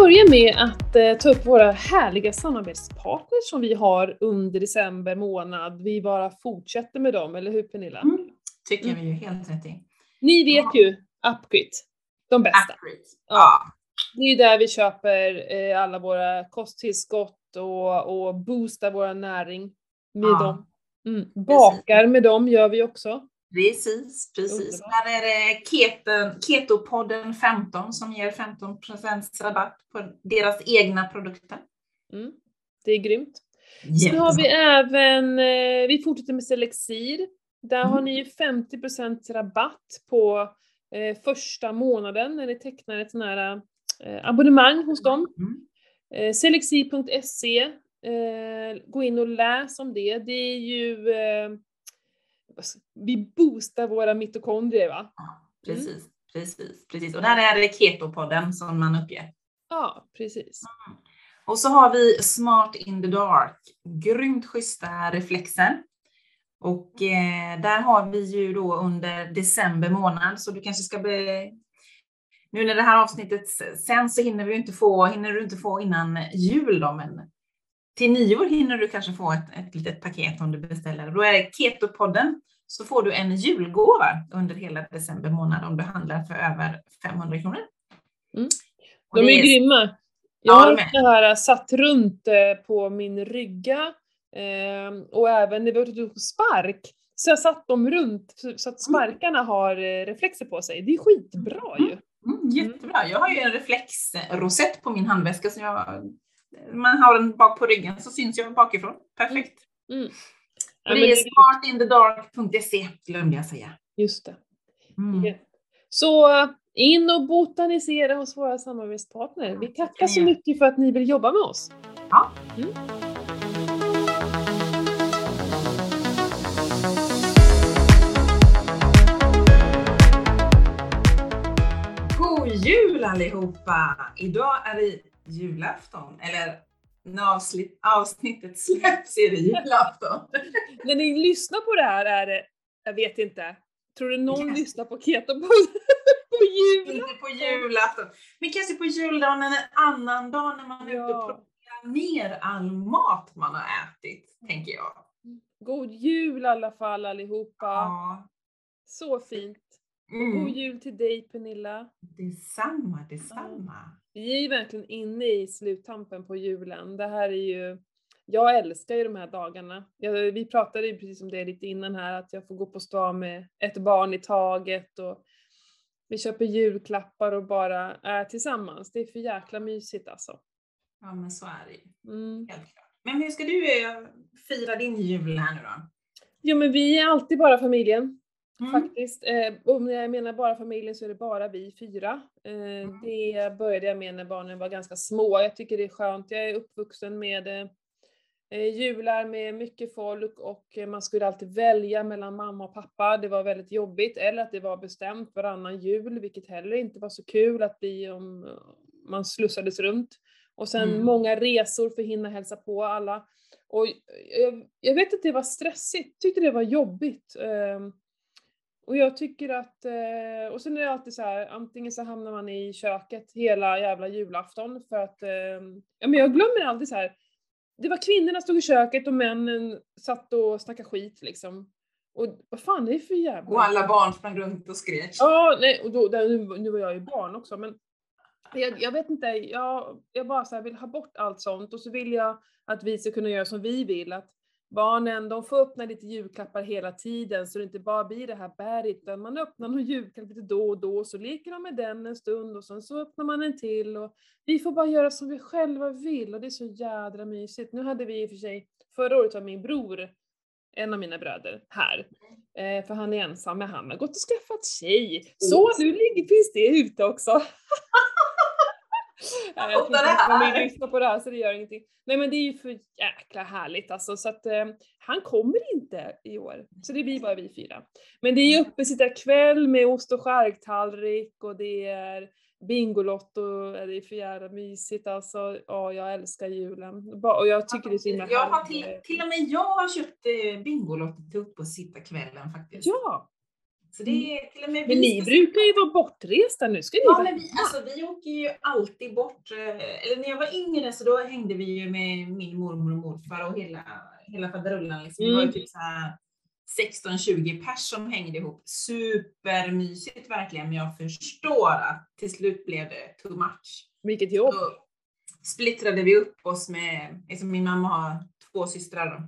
börja med att ta upp våra härliga samarbetspartners som vi har under december månad. Vi bara fortsätter med dem, eller hur Pernilla? Tycker vi ju helt rätt i. Ni vet ju UpGrit, de bästa. UpGrit. Ja. Det är ju där vi köper alla våra kosttillskott och boostar vår näring med dem. Bakar med dem gör vi också. Precis. Där är det Ketopodden 15 som ger 15% rabatt på deras egna produkter. Det är grymt. Sen har vi även, vi fortsätter med Selexir. Där har ni ju 50% rabatt på första månaden när ni tecknar ett sån här abonnemang hos dem. Selexir.se. Gå in och läs om det. Det är ju vi boostar våra mitokondrier, va? Precis. Och där är det Ketopodden som man uppger. Ja, precis. Och så har vi Smart in the Dark. Grymt schyssta reflexer. Och där har vi ju då under december månad. Så du kanske ska nu när det här avsnittet sen så hinner du inte få innan jul då, men till nyår hinner du kanske få ett litet paket om du beställer. Då är det Ketopodden, så får du en julgåva under hela december månad om du handlar för över 500 kronor. De är grymma. Jag har det här satt runt på min rygga och även när vi var ute på spark. Så jag satt dem runt så att sparkarna har reflexer på sig. Det är skitbra ju. Jättebra. Jag har ju en reflexrosett på min handväska så man har den bak på ryggen så syns jag bakifrån. Perfekt. Och det är smartinthedark.se, glömde jag säga. Just det. Så in och botanisera hos våra samarbetspartner. Vi tackar så mycket för att ni vill jobba med oss. Ja. God jul allihopa! Idag är det julafton, eller när avsnittet släpps är det julafton. När ni lyssnar på det här är det, jag vet inte, tror du någon lyssnar på Ketopodden på jul? Inte på julafton, men kanske på juldagen eller en annan dag när man är ute och plockar ner all mat man har ätit, tänker jag. God jul i alla fall allihopa. Ja. Så fint. Och god jul till dig Pernilla. Detsamma. Vi är verkligen inne i sluttampen på julen. Det här är ju, jag älskar ju de här dagarna. Vi pratade ju precis om det lite innan här, att jag får gå på stan med ett barn i taget och vi köper julklappar och bara är tillsammans. Det är för jäkla mysigt alltså. Ja, men så är det ju. Helt klart. Men hur ska du fira din jul här nu då? Jo, men vi är alltid bara familjen. Faktiskt. Och när jag menar bara familjen så är det bara vi 4. Det började jag med när barnen var ganska små. Jag tycker det är skönt. Jag är uppvuxen med jular med mycket folk och man skulle alltid välja mellan mamma och pappa. Det var väldigt jobbigt. Eller att det var bestämt varannan jul, vilket heller inte var så kul att bli om man slussades runt. Och sen många resor för att hinna hälsa på alla. Och jag vet att det var stressigt. Tyckte det var jobbigt. Och jag tycker att, och sen är det alltid så här, antingen så hamnar man i köket hela jävla julafton för att, men jag glömmer aldrig så här, det var kvinnorna stod i köket och männen satt och snackade skit liksom. Och vad fan är det för jävla... Och alla barn sprang runt och skrek. Ja, nej, och nu var jag ju barn också, men jag vet inte, jag bara så här vill ha bort allt sånt och så vill jag att vi ska kunna göra som vi vill, att barnen, de får öppna lite julklappar hela tiden så det inte bara blir det här berget, utan man öppnar någon julklapp lite då och då, så leker de med den en stund och sen så öppnar man en till och vi får bara göra som vi själva vill och det är så jädra mysigt. Nu hade vi i och för sig, förra året var min bror, en av mina bröder här, för han är ensam, men han har gått och skaffat tjej, så nu finns det ute också. Jag tror inte att familjen lyssnar på det här så det gör ingenting. Nej, men det är ju för jäkla härligt alltså, så att han kommer inte i år. Så det blir bara vi 4. Men det är ju uppe sitta kväll med ost och skärktallrik och det är Bingolotto och det är för jävla mysigt alltså. Ja, jag älskar julen. Och jag tycker det är så himla till och med jag har köpt Bingolotto till upp och sitta kvällen faktiskt. Ja. Så det är till och med Men ni brukar ju vara bortresta nu, ska ni men vi åker ju alltid bort. Eller när jag var yngre så då hängde vi ju med min mormor och morfar och hela faderullan. Liksom. Det var ju typ så här 16-20 pers som hängde ihop. Supermysigt verkligen, men jag förstår att till slut blev det too much. Vilket jobb. Så splittrade vi upp oss med, liksom min mamma har 2 systrar då.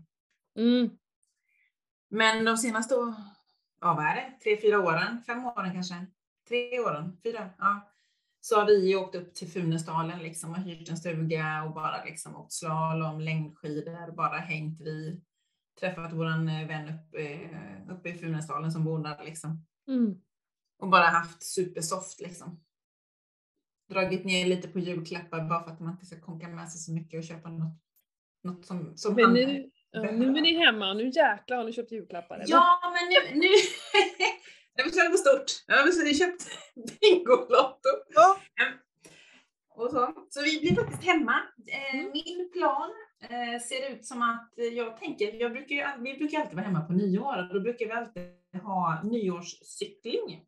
Men de senaste, vad är det? 3-4 åren, 5 åren kanske, 3 åren, 4, ja. Så har vi åkt upp till Funäsdalen liksom och hyrt en stuga och bara liksom åkt slalom, längdskidor, bara hängt vid. Träffat våran vän uppe i Funäsdalen som bor där liksom. Och bara haft supersoft liksom. Dragit ner lite på julklappar bara för att man inte ska konka med sig så mycket och köpa något som men nu är ni hemma och nu jäklar har ni köpt julklappar eller? Ja, men nu jag vill köpa stort. Jag har köpt Bingolotto. Ja. Och så vi blir faktiskt hemma. Min plan ser ut som att vi brukar alltid vara hemma på nyår och då brukar vi alltid ha nyårscykling.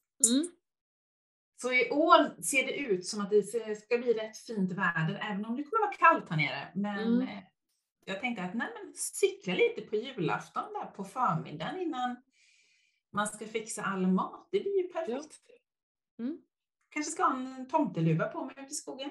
Så i år ser det ut som att det ska bli rätt fint väder, även om det kommer vara kallt här nere. Men jag tänkte att cykla lite på julafton där på förmiddagen innan man ska fixa all mat. Det blir ju perfekt. Ja. Kanske ska ha en tomteluva på mig ute i skogen.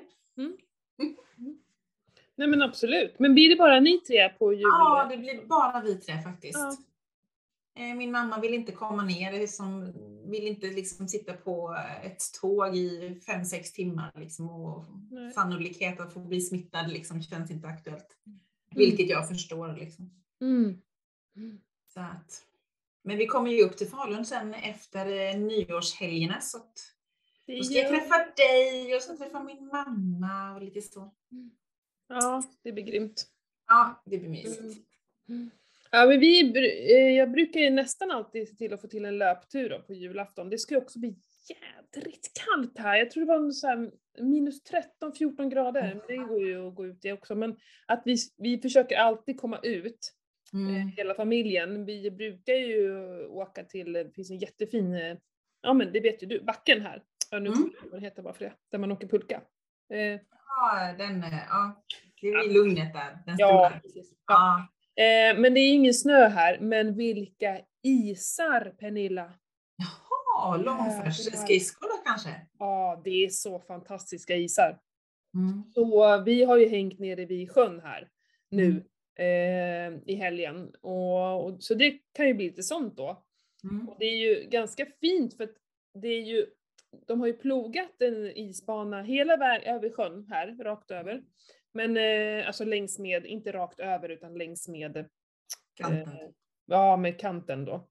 Nej men absolut. Men blir det bara ni 3 på jul? Ja, det blir bara vi 3 faktiskt. Ja. Min mamma vill inte komma ner, vill inte liksom sitta på ett tåg i 5-6 timmar liksom, och sannolikhet att få bli smittad liksom, känns inte aktuellt. Vilket jag förstår liksom. Så att, men vi kommer ju upp till Falun sen efter nyårshelgerna så att då ska jag träffa dig och så träffa min mamma och lite så. Ja, det blir grymt. Ja, det blir mysigt. Ja, men jag brukar ju nästan alltid se till att få till en löptur då på julafton. Det ska ju också bli jädrigt kallt här. Jag tror det var så här minus 13-14 grader. Men det går ju att gå ut i också. Men att vi försöker alltid komma ut, hela familjen. Vi brukar ju åka till, det finns en jättefin, ja men det vet ju du, backen här. Ja, nu vad heter bara för det, där man åker pulka. Ja, det är lugnet där. Den ja, stora. precis. Ja. Men det är ingen snö här. Men vilka isar, Pernilla. Jaha, långfärdsskridskor då kanske? Ja, det är så fantastiska isar. Så vi har ju hängt nere vid sjön här nu i helgen. Och så det kan ju bli lite sånt då. Och det är ju ganska fint för att det är ju, de har ju plogat en isbana hela vägen över sjön här, rakt över. Men alltså längs med, inte rakt över utan längs med kanten. Med kanten då.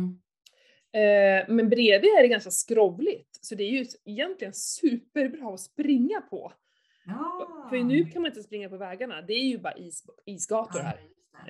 Men bredvid är det ganska skrovligt. Så det är ju egentligen superbra att springa på. Ja. För nu kan man inte springa på vägarna. Det är ju bara isgator här.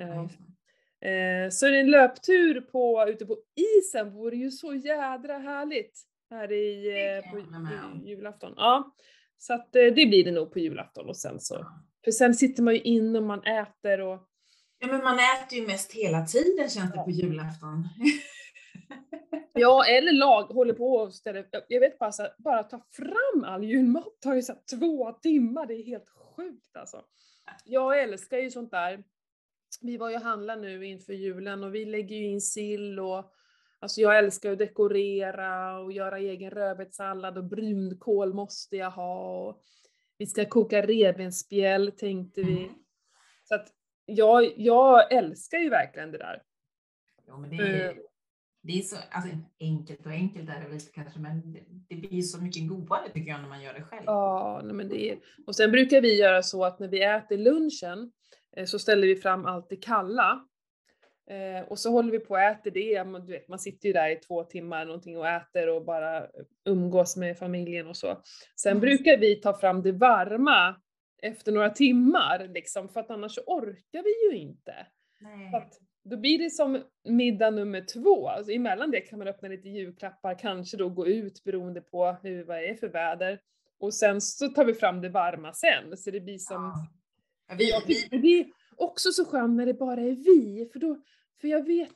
Så en löptur ute på isen vore ju så jädra härligt. Här på julafton. Ja. Så att det blir det nog på julafton och sen så. För sen sitter man ju inne och man äter och... Ja, men man äter ju mest hela tiden känns det på julafton. Ja, eller håller på och ställer... Jag vet bara ta fram all julmat tar ju så 2 timmar. Det är helt sjukt alltså. Jag älskar ju sånt där. Vi var ju handla nu inför julen och vi lägger ju in sill och... Alltså jag älskar att dekorera och göra egen rödbetssallad och brunkål måste jag ha. Och vi ska koka revbensspjäll tänkte vi. Så att jag älskar ju verkligen det där. Ja, men det är så alltså, enkelt är det lite kanske, men det blir så mycket godare tycker jag när man gör det själv. Ja, men och sen brukar vi göra så att när vi äter lunchen så ställer vi fram allt det kalla. Och så håller vi på och äter det. Du vet, man sitter ju där i 2 timmar någonting och äter och bara umgås med familjen och så. Sen brukar vi ta fram det varma efter några timmar liksom, för att annars så orkar vi ju inte. Nej. Så att, då blir det som middag nummer 2. Alltså, emellan det kan man öppna lite julklappar, kanske då gå ut beroende på vad det är för väder. Och sen så tar vi fram det varma sen. Så det blir som... Ja. Det är också så skönt när det bara är vi. För jag vet att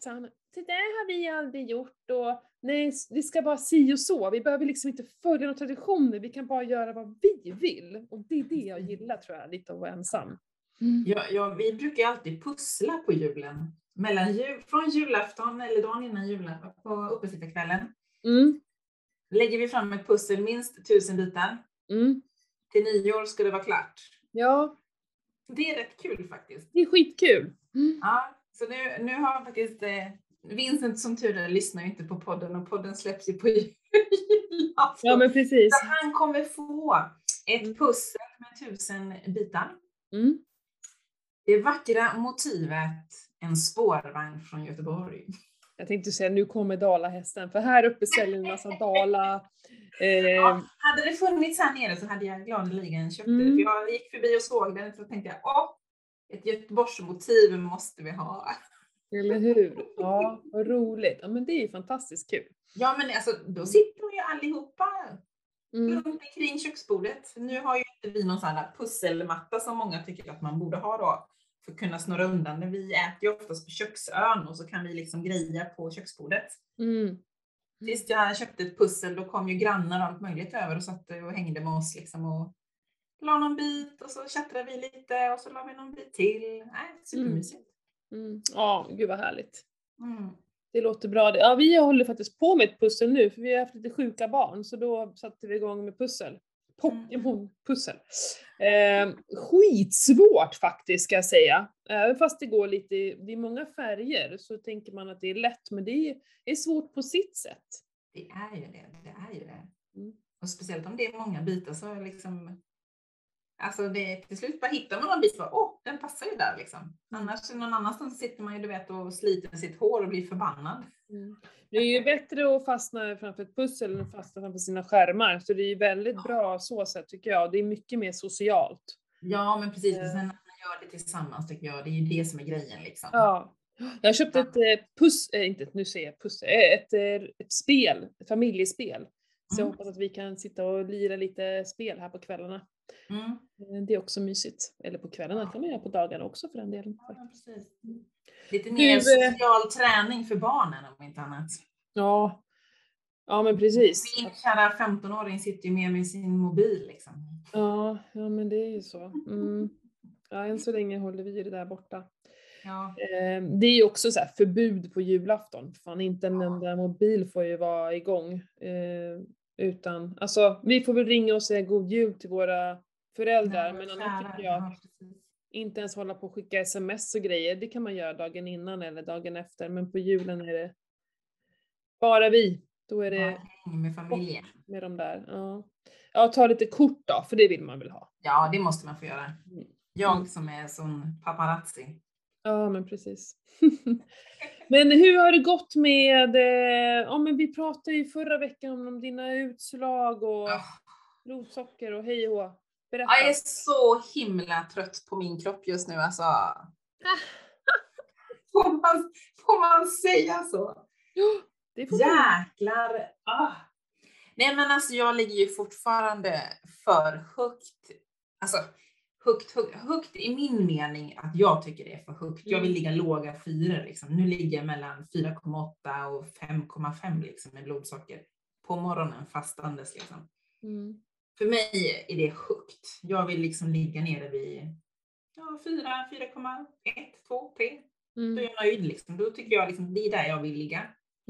det där har vi aldrig gjort och nej, det ska vara si och så. Vi behöver liksom inte följa några traditioner, vi kan bara göra vad vi vill. Och det är det jag gillar tror jag, lite att vara ensam. Ja, vi brukar alltid pussla på julen. Från julafton eller dagen innan julen på uppesittarkvällen. Lägger vi fram ett pussel, minst 1000 bitar. Till nyår ska det vara klart. Ja. Det är rätt kul faktiskt. Det är skitkul. Ja, så nu har faktiskt Vincent som tur är lyssnar ju inte på podden och podden släpps ju på julafton. Ja, men precis. Så han kommer få ett pussel med 1000 bitar. Det vackra motivet, en spårvagn från Göteborg. Jag tänkte säga, nu kommer dalahästen, för här uppe säljer en massa dala. Ja, hade det funnits här nere så hade jag gladeligen köpt det. För jag gick förbi och såg den så tänkte jag, ett Göteborgsmotiv måste vi ha. Eller hur? Ja, vad roligt. Ja, men det är ju fantastiskt kul. Ja, men alltså, då sitter ju allihopa runt omkring köksbordet. Nu har ju inte vi någon sån här pusselmatta som många tycker att man borde ha då. För att kunna snurra undan. Vi äter ju oftast på köksön och så kan vi liksom greja på köksbordet. Sist jag köpte ett pussel, då kom ju grannar och allt möjligt över och satt och hängde med oss liksom och la någon bit och så chattrade vi lite och så la vi någon bit till. Supermysigt. Ja, gud vad härligt. Det låter bra. Ja, vi håller faktiskt på med ett pussel nu, för vi har haft lite sjuka barn, så då satte vi igång med pussel. Pokémon-pussel. Skitsvårt faktiskt, ska jag säga. Även fast det går lite, det är många färger, så tänker man att det är lätt, men det är svårt på sitt sätt. Det är ju det. Och speciellt om det är många bitar så liksom, alltså till slut bara hittar man någon bit för, den passar ju där liksom. Annars någon annanstans sitter man ju, du vet, och sliter sitt hår och blir förbannad. Det är ju bättre att fastna framför ett pussel än att fastna framför sina skärmar. Så det är ju väldigt bra så sätt tycker jag. Det är mycket mer socialt. Ja, men precis. Och sen när man gör det tillsammans tycker jag, det är ju det som är grejen liksom. Ja. Jag köpte ett spel, ett familjespel. Så jag hoppas att vi kan sitta och lira lite spel här på kvällarna. Det är också mysigt. Eller på kvällarna kan man göra på dagarna också för den delen. Ja, precis. Lite mer social träning för barnen om inte annat. Ja, men precis. Min kära 15-åring sitter ju med sin mobil liksom. Ja, men det är ju så. Ja, än så länge håller vi det där borta. Ja. Det är ju också så här förbud på julafton. Fan, inte en enda mobil får ju vara igång. Utan, alltså, vi får väl ringa och säga god jul till våra föräldrar. Men annars tycker jag inte ens hålla på och skicka sms och grejer. Det kan man göra dagen innan eller dagen efter. Men på julen är det bara vi. Då är det med familjen. Med de där. Ja, ta lite kort då, för det vill man väl ha. Ja, det måste man få göra. Jag som är sån paparazzi. Ja, men precis. Men hur har det gått med, men vi pratade ju förra veckan om dina utslag och blodsocker och hej och hå. Berätta. Jag är så himla trött på min kropp just nu alltså. Får man säga så? Det får jäklar. Nej men alltså jag ligger ju fortfarande för högt. Alltså högt i min mening att jag tycker det är för högt. Jag vill ligga låga 4 liksom. Nu ligger jag mellan 4,8 och 5,5 liksom med blodsocker. På morgonen fastandes liksom. För mig är det högt. Jag vill liksom ligga nere vid 4, 4,1, 2, 3. Då är jag nöjd liksom. Då tycker jag liksom det är där jag vill ligga.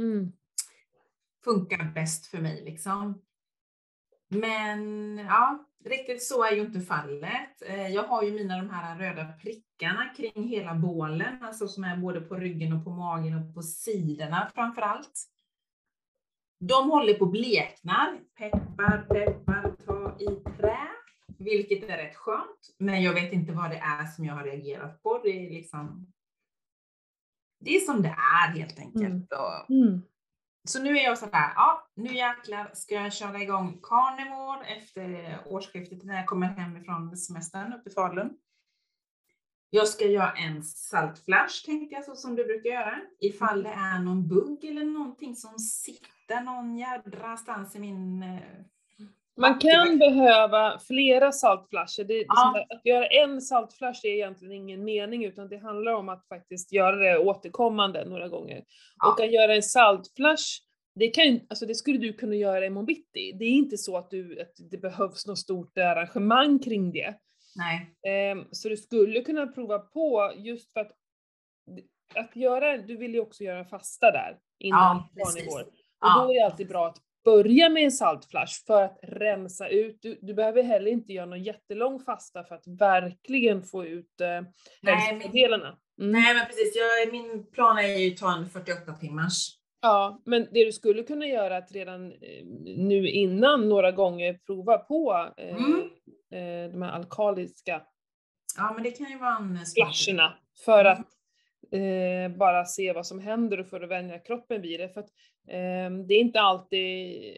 Funkar bäst för mig liksom. Men riktigt så är ju inte fallet. Jag har ju de här röda prickarna kring hela bålen. Alltså som är både på ryggen och på magen och på sidorna framförallt. De håller på bleknar. Peppar, ta i trä. Vilket är rätt skönt. Men jag vet inte vad det är som jag har reagerat på. Det är liksom... Det är som det är helt enkelt. Så nu är jag så här, nu jäklar ska jag köra igång Carnivore efter årsskiftet när jag kommer hem ifrån semestern uppe i Falun. Jag ska göra en saltflash tänkte jag så som du brukar göra. Ifall det är någon bugg eller någonting som sitter någon jädra stans i min Man kan behöva flera saltflasher. Ja. Att göra en saltflash är egentligen ingen mening, utan det handlar om att faktiskt göra det återkommande några gånger. Ja. Och att göra en saltflash, det skulle du kunna göra imorgon bitti. Det är inte så att det behövs något stort arrangemang kring det. Nej. Så du skulle kunna prova på, just för att göra, du vill ju också göra en fasta där innan barnivåer. Och då är det alltid bra att börja med en saltflash för att rensa ut. Du behöver heller inte göra någon jättelång fasta för att verkligen få ut hälsodelarna. Nej, men precis. Min plan är ju att ta en 48 timmars. Ja, men det du skulle kunna göra är att redan nu innan några gånger prova på de här alkaliska men det kan ju vara en flasherna för att bara se vad som händer och för att vänja kroppen vid det. För att det är inte alltid,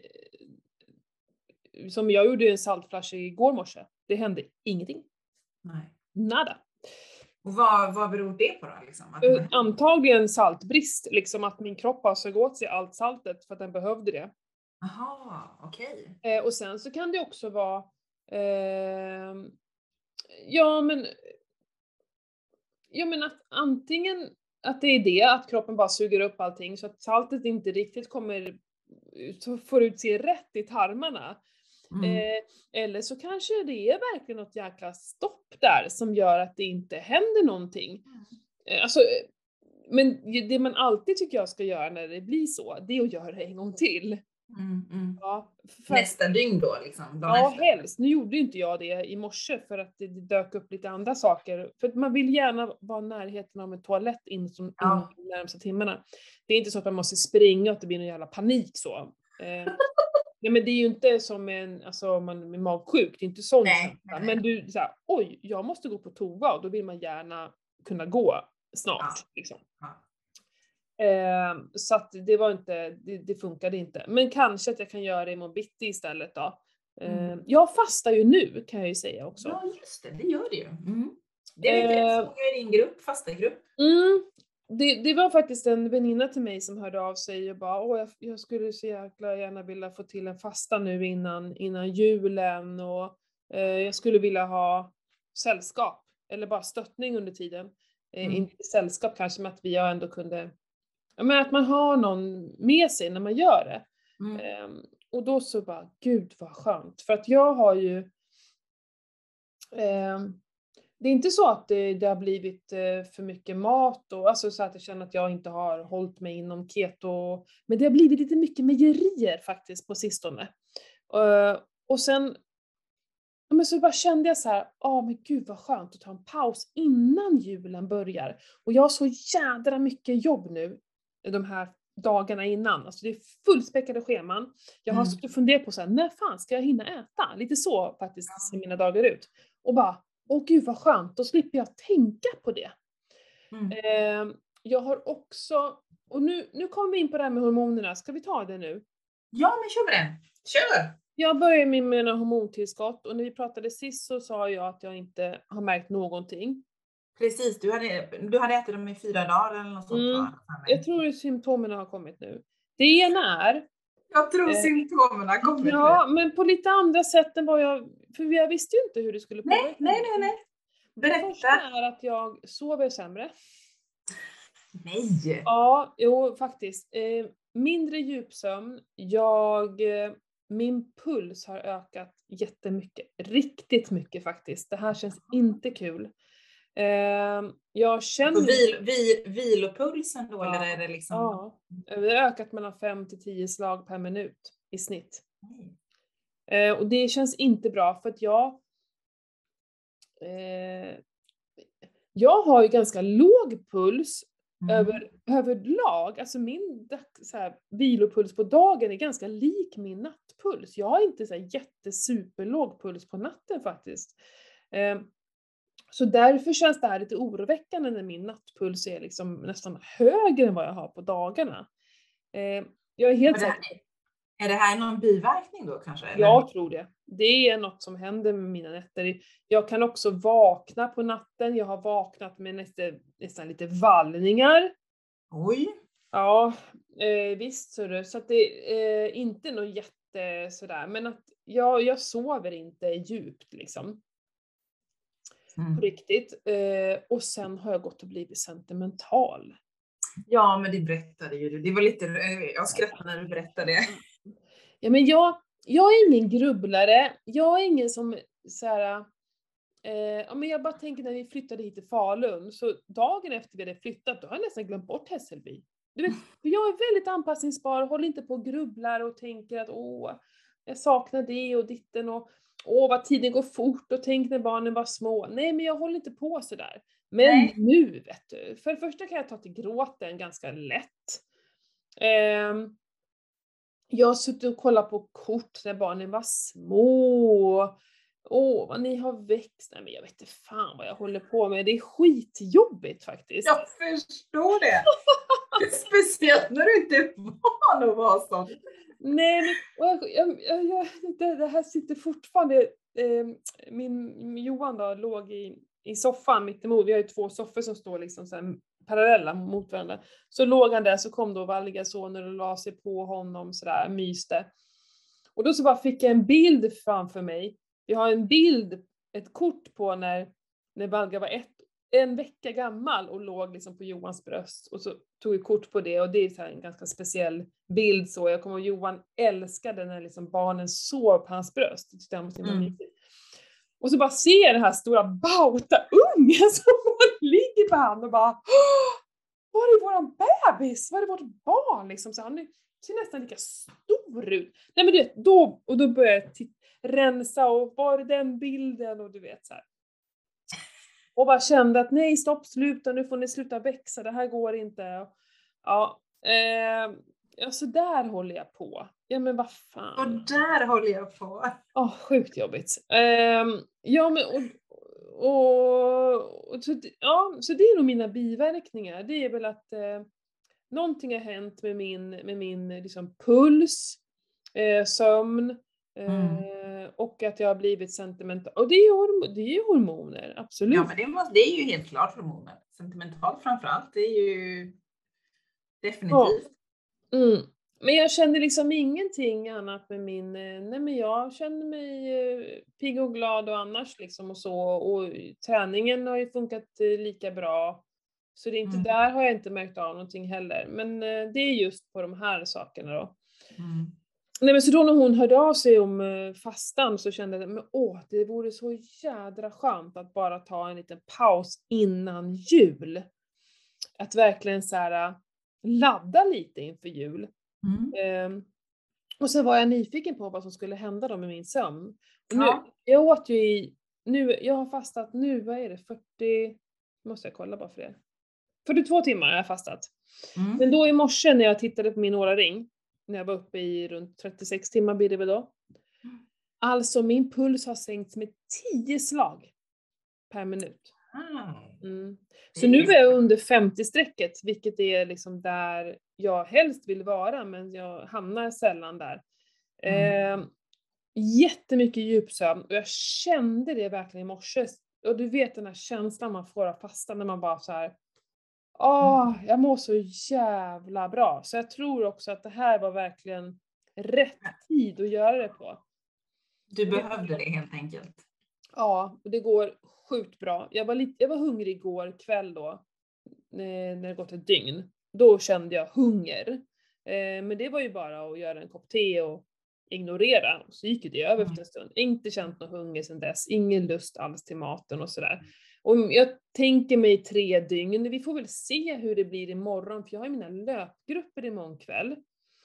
som jag gjorde en saltflash igår morse, det hände ingenting. Nej. Nada. Och vad beror det på då? Liksom? Antagligen saltbrist, liksom att min kropp har sög åt sig allt saltet för att den behövde det. Aha, okej. Och sen så kan det också vara men att antingen att det är det, att kroppen bara suger upp allting så att saltet inte riktigt får ut sig rätt i tarmarna. Eller så kanske det är verkligen något jäkla stopp där som gör att det inte händer någonting. Men det man alltid tycker jag ska göra när det blir så, det är att göra det en gång till. Ja, nästa dygn då liksom? Ja, helst. Nu gjorde inte jag det i morse för att det dök upp lite andra saker. För att man vill gärna vara i närheten av en toalett inom de närmsta timmarna. Det är inte så att man måste springa och att det blir någon jävla panik så. Nej, men det är ju inte som om man är magsjuk, det är inte sånt. Nej. Men du såhär, oj, jag måste gå på toa och då vill man gärna kunna gå snart. Liksom. Så att det var inte, det funkade inte. Men kanske att jag kan göra det imorgon bitti istället då. Jag fastar ju nu kan jag ju säga också. Ja just det gör det ju. Det vet jag, såg jag i din grupp, fastagrupp. Det var faktiskt en väninna till mig som hörde av sig och bara, jag skulle så jäkla gärna vilja få till en fasta nu innan julen och jag skulle vilja ha sällskap eller bara stöttning under tiden. Inte sällskap kanske, men att vi ändå kunde, men att man har någon med sig när man gör det. Och då så bara, gud vad skönt. För att jag har ju det är inte så att det har blivit för mycket mat och alltså så att jag känner att jag inte har hållit mig inom keto. Men det har blivit lite mycket mejerier faktiskt på sistone. Och sen men så bara kände jag så här, men gud vad skönt att ta en paus innan julen börjar. Och jag har så jädra mycket jobb nu de här dagarna innan. Alltså det är fullspäckade scheman. Jag har suttit och funderat på så här, när fan ska jag hinna äta? Lite så faktiskt ser mina dagar ut. Och bara, gud vad skönt, då slipper jag tänka på det. Jag har också, och nu kommer vi in på det här med hormonerna, ska vi ta det nu? Ja, men kör med det. Kör! Jag börjar med mina hormontillskott och när vi pratade sist så sa jag att jag inte har märkt någonting. Precis, du hade ätit dem i 4 dagar eller något sånt. Jag tror att symptomen har kommit nu. Det ena är... Jag tror symptomen har kommit nu. Ja, men på lite andra sätt än vad för jag visste ju inte hur det skulle påverka. Nej. Berätta. Det första är att jag sover sämre. Nej! Ja, jo faktiskt. Mindre djupsömn. Min puls har ökat jättemycket. Riktigt mycket faktiskt. Det här känns inte kul. Jag känner... Vilopulsen då? Eller är det liksom... Ja, det har ökat mellan 5 till 10 slag per minut i snitt. Och det känns inte bra för att jag har ju ganska låg puls överlag. Alltså min vilopuls på dagen är ganska lik min nattpuls. Jag har inte så här jättesuperlåg puls på natten faktiskt. Så därför känns det här lite oroväckande när min nattpuls är liksom nästan högre än vad jag har på dagarna. Jag är helt säker. Är det här någon biverkning då kanske? Eller? Jag tror det. Det är något som händer med mina nätter. Jag kan också vakna på natten. Jag har vaknat med nästan lite vallningar. Oj. Ja, visst så det. Så att det är inte något jätte sådär. Men att jag sover inte djupt liksom. På riktigt. Och sen har jag gått och blivit sentimental. Ja, men det berättade ju du. Det var lite, jag skrattade när du berättade det. Ja, men jag är ingen grubblare. Jag är ingen som så här, ja, men jag bara tänker när vi flyttade hit till Falun, så dagen efter vi hade flyttat, då har jag nästan glömt bort Hässelby. Du vet, jag är väldigt anpassningsbar, håller inte på och grubblar och tänker att jag saknar det och ditten och vad tiden går fort och tänk när barnen var små. Nej, men jag håller inte på sådär. Men nu, vet du, för det första kan jag ta till gråten ganska lätt. Jag har suttit och kollat på kort när barnen var små. Vad ni har växt. Nej, men jag vet inte fan vad jag håller på med. Det är skitjobbigt faktiskt. Jag förstår det. Speciellt när du inte är van att vara sån. Nej, men det här sitter fortfarande. Min Johan då låg i soffan mitt emot. Vi har ju 2 soffor som står liksom så här parallella mot varandra. Så låg han där, så kom då Valliga soner och la sig på honom sådär, myste. Och då så bara fick jag en bild framför mig. Vi har en bild, ett kort på när Valga var en vecka gammal och låg liksom på Johans bröst. Och så tog jag kort på det, och det är så här en ganska speciell bild så. Jag kommer ihåg Johan älskade när liksom barnen sov på hans bröst. Det tyckte han var så himla mysigt. Och så bara ser jag den här stora bauta-ungen som bara ligger på hand och bara, var är våran bebis? Var är vårt barn? Liksom, så han ser nästan lika stor ut. Nej, men du vet, då börjar jag rensa och var är den bilden och du vet så här. Och bara kände att nej, stopp, sluta, nu får ni sluta växa, det här går inte. Ja, så där håller jag på. Ja, men vad fan. Och där håller jag på. Sjukt jobbigt. Ja, men så det är nog mina biverkningar. Det är väl att någonting har hänt med min liksom puls, sömn, och att jag har blivit sentimental. Och det är hormoner, absolut. Ja, men det är ju helt klart hormoner. Sentimental framförallt, det är ju definitivt. Ja. Men jag känner liksom ingenting annat med men jag känner mig pigg och glad och annars liksom och så. Och träningen har ju funkat lika bra. Så det är inte, där har jag inte märkt av någonting heller. Men det är just på de här sakerna då. Nej, men så då när hon hörde av sig om fastan så kände jag att det vore så jädra skönt att bara ta en liten paus innan jul. Att verkligen så här ladda lite inför jul. Och så var jag nyfiken på vad som skulle hända då med min sömn. Jag åt ju jag har fastat nu, vad är det, 40, måste jag kolla bara för det. 42 timmar har jag fastat. Men då i morse när jag tittade på min Oura-ring, när jag var uppe i runt 36 timmar blir det väl då. Alltså min puls har sänkts med 10 slag per minut. Så nu är jag under 50-strecket, vilket är liksom där jag helst vill vara, men jag hamnar sällan där. Jättemycket djupsömn, och jag kände det verkligen i morse. Och du vet den här känslan man får av fasta när man bara så här, jag mår så jävla bra. Så jag tror också att det här var verkligen rätt tid att göra det på. Du behövde det helt enkelt. Ja, och det går sjukt bra. Jag var hungrig igår kväll då, när det gått ett dygn. Då kände jag hunger. Men det var ju bara att göra en kopp te och ignorera. Och så gick det över efter en stund. Inte känt någon hunger sedan dess. Ingen lust alls till maten och sådär. Och jag tänker mig 3 dygn. Vi får väl se hur det blir imorgon. För jag har mina löpgrupper imorgon kväll.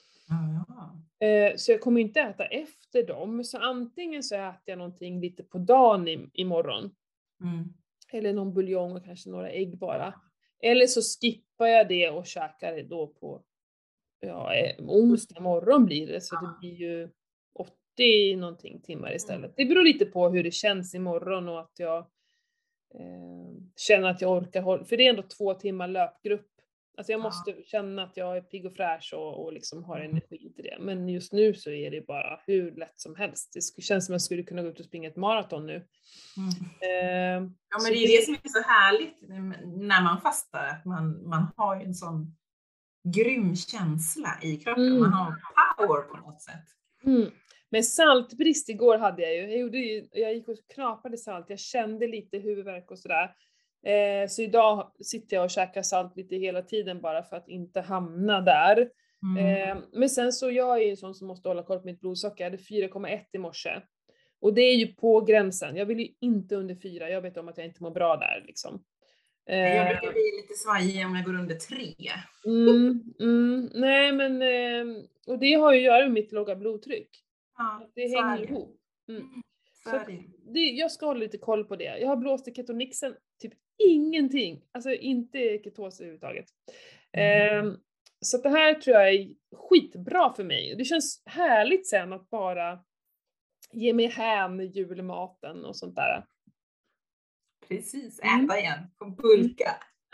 Så jag kommer inte äta efter dem. Så antingen så äter jag någonting lite på dagen imorgon. Eller någon buljong och kanske några ägg bara. Eller så skippar jag det och käkar det då på onsdag morgon blir det. Så det blir ju 80 någonting timmar istället. Det beror lite på hur det känns imorgon och att jag känner att jag orkar hålla. För det är ändå 2 timmar löpgrupp. Alltså jag måste känna att jag är pigg och fräsch och liksom har energi till det. Men just nu så är det bara hur lätt som helst. Det känns som att jag skulle kunna gå ut och springa ett maraton nu. Ja, men det är det som är så härligt när man fastar. Att man har en sån grym känsla i kroppen. Man har power på något sätt. Men saltbrist igår hade jag ju. Jag gick och knapade salt, jag kände lite huvudvärk och sådär. Så idag sitter jag och käkar salt lite hela tiden bara för att inte hamna där. Men sen så jag är ju en sån som måste hålla koll på mitt blodsocker. Jag hade 4,1 i morse. Och det är ju på gränsen. Jag vill ju inte under 4. Jag vet om att jag inte mår bra där liksom. Jag brukar bli lite svajig om jag går under 3. Nej men, och det har ju att göra med mitt låga blodtryck. Ja, det hänger ihop. Så jag ska hålla lite koll på det. Jag har blåst i ketonixen, typ ingenting. Alltså inte ketos överhuvudtaget. Så det här tror jag är skitbra för mig. Det känns härligt sen att bara ge mig hän julmaten och sånt där. Precis, äta igen, på bulka.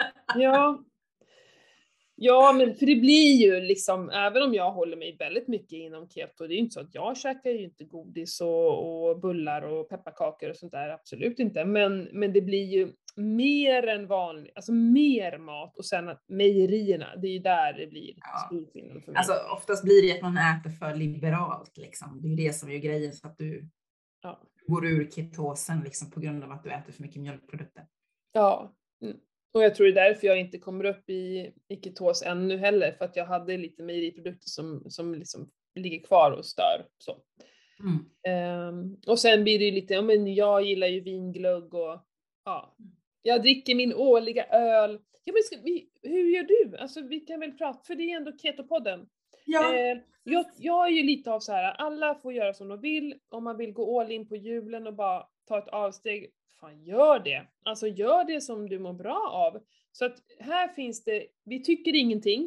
Ja, men för det blir ju liksom, även om jag håller mig väldigt mycket inom keto, det är ju inte så att jag käkar ju inte godis och bullar och pepparkakor och sånt där, absolut inte. Men det blir ju mer än vanligt, alltså mer mat, och sen att mejerierna, det är ju där det blir stor skillnad för mig. Alltså oftast blir det att man äter för liberalt liksom. Det är ju det som är grejen, så att du går ur ketosen liksom på grund av att du äter för mycket mjölkprodukter. Ja. Och jag tror det är därför jag inte kommer upp i ketos ännu heller, för att jag hade lite mejeriprodukter som liksom ligger kvar och stör. Så. Och sen blir det ju lite, men jag gillar ju vinglögg och jag dricker min årliga öl. Ja, men hur gör du? Alltså vi kan väl prata, för det är ändå Ketopodden. Ja. Jag är ju lite av så här, alla får göra som de vill. Om man vill gå all in på julen och bara ta ett avsteg, fan gör det. Alltså gör det som du mår bra av. Så att här finns det, vi tycker ingenting.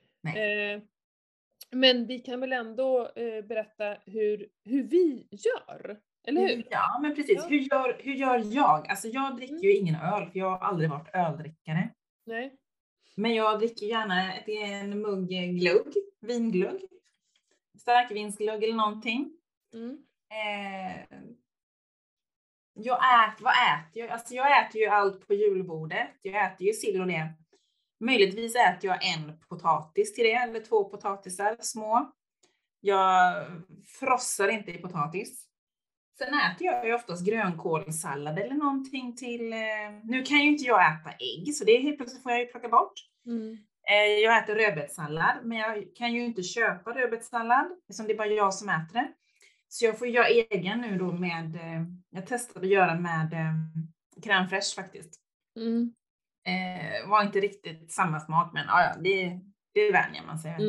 Men vi kan väl ändå berätta hur vi gör. Eller hur? Ja, men precis. Ja. Hur gör jag? Alltså jag dricker ju ingen öl, för jag har aldrig varit öldrickare. Nej. Men jag dricker gärna en mugg glugg, vinglugg. Starkvinsglugg eller någonting. Vad äter jag? Alltså jag äter ju allt på julbordet. Jag äter ju sill och det. Möjligtvis äter jag en potatis till det, eller 2 potatisar små. Jag frossar inte i potatis. Sen äter jag ju oftast grönkålssallad eller någonting till. Nu kan ju inte jag äta ägg, så det helt plötsligt får jag ju plocka bort. Jag äter rödbetssallad, men jag kan ju inte köpa rödbetssallad, eftersom det är bara jag som äter det. Så jag får göra egen nu då med, jag testade att göra med crème fraîche faktiskt. Var inte riktigt samma smak, men det vänjer man sig.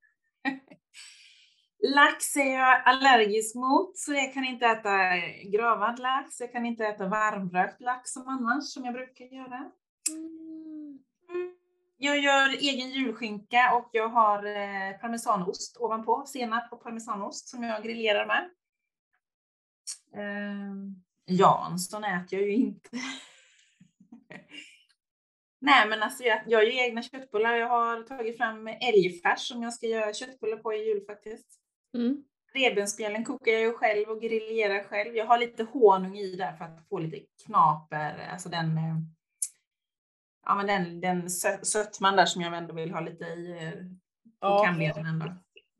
Lax är jag allergisk mot, så jag kan inte äta gravad lax. Jag kan inte äta varmrökt lax som annars, som jag brukar göra. Jag gör egen julskinka och jag har parmesanost ovanpå, senap och parmesanost som jag grillerar med. Jansson äter jag ju inte. Nej, men alltså jag gör ju egna köttbullar. Jag har tagit fram älgfärs som jag ska göra köttbullar på i jul faktiskt. Revbensspjällen kokar jag ju själv och grillerar själv. Jag har lite honung i där för att få lite knaper. Alltså den sötman där som jag ändå vill ha lite i på kamleden då.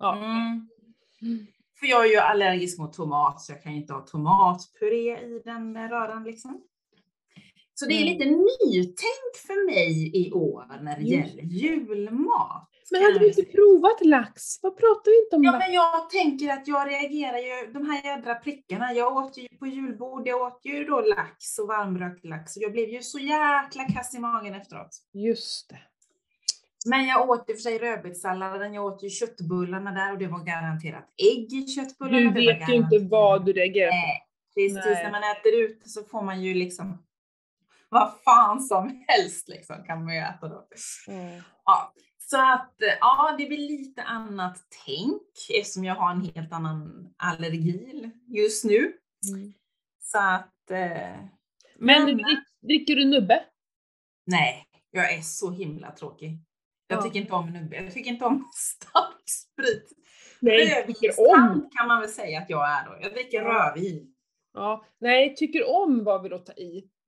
För jag är ju allergisk mot tomat, så jag kan inte ha tomatpuré i den röran liksom. Så det är lite nytänk för mig i år när det gäller julmat. Men hade du inte provat lax? Vad pratar vi inte om lax? Ja, men jag tänker att jag reagerar ju, de här jädra prickarna. Jag åt ju på julbord, jag åt ju då lax och varmrökt lax. Och jag blev ju så jäkla kass i magen efteråt. Just det. Men jag åt i och för sig rödbetssalladen, jag åt ju köttbullarna där och det var garanterat ägg i köttbullarna. Du vet ju inte vad du reagerar på. Precis, när man äter ute så får man ju liksom vad fan som helst liksom kan man ju äta då. Ja, så att det blir lite annat tänk eftersom jag har en helt annan allergi just nu. Så att men dricker du nubbe? Nej, jag är så himla tråkig. Jag tycker inte om nubbe. Jag tycker inte om stark sprit. Rödvin kan man väl säga att jag är då. Jag dricker rödvin. Ja, nej, tycker om vad vi då tar i.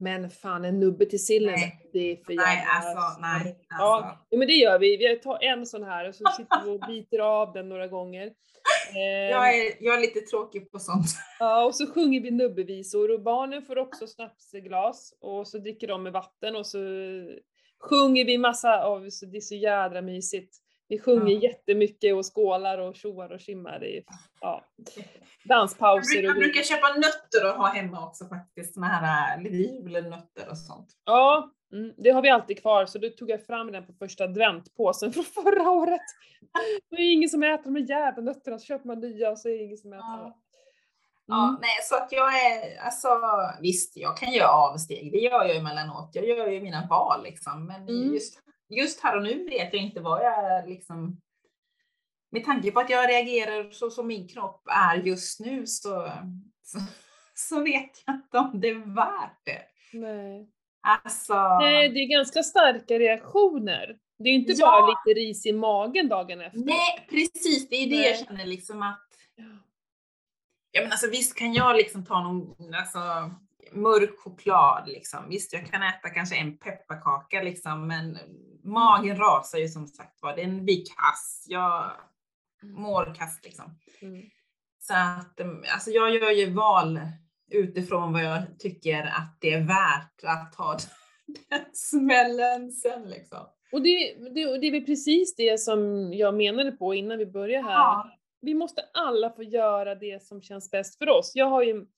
Men fan, en nubbe till sillen, Nej. det är för Nej, jävla... alltså, nej. Ja, men det gör vi. Vi tar en sån här och så sitter vi och biter av den några gånger. Jag är lite tråkig på sånt. Ja, och så sjunger vi nubbevisor och barnen får också snapsglas och så dricker de med vatten och så sjunger vi massa av, så det är så jädra mysigt. Vi sjunger jättemycket och skålar och tjoar och skimmar. Det är, ja, danspauser Jag brukar köpa nötter och ha hemma också faktiskt, såna här lite julnötter och sånt. Ja, det har vi alltid kvar, så då tog jag fram den på första adventpåsen från förra året. Det är ingen som äter de här jävla nötterna, så köper man nya och så är det ingen som äter dem. Ja, nej, så att jag är, alltså visst, jag kan göra avsteg, det gör jag emellanåt, jag gör ju mina val liksom, men just här och nu vet jag inte vad jag liksom, med tanke på att jag reagerar så som min kropp är just nu så vet jag inte om det är värt det. Nej. Alltså... Nej, det är ganska starka reaktioner. Det är inte bara lite ris i magen dagen efter. Nej, precis, det är det jag känner liksom att ja, men alltså visst kan jag liksom ta någon mörk choklad liksom. Visst, jag kan äta kanske en pepparkaka liksom, men magen rasar ju som sagt var. Den blir kass. Jag mår kass liksom. Så att alltså jag gör ju val utifrån vad jag tycker att det är värt att ta den smällen sen liksom. Och det är väl precis det som jag menade på innan vi börjar här. Ja. Vi måste alla få göra det som känns bäst för oss. Jag har ju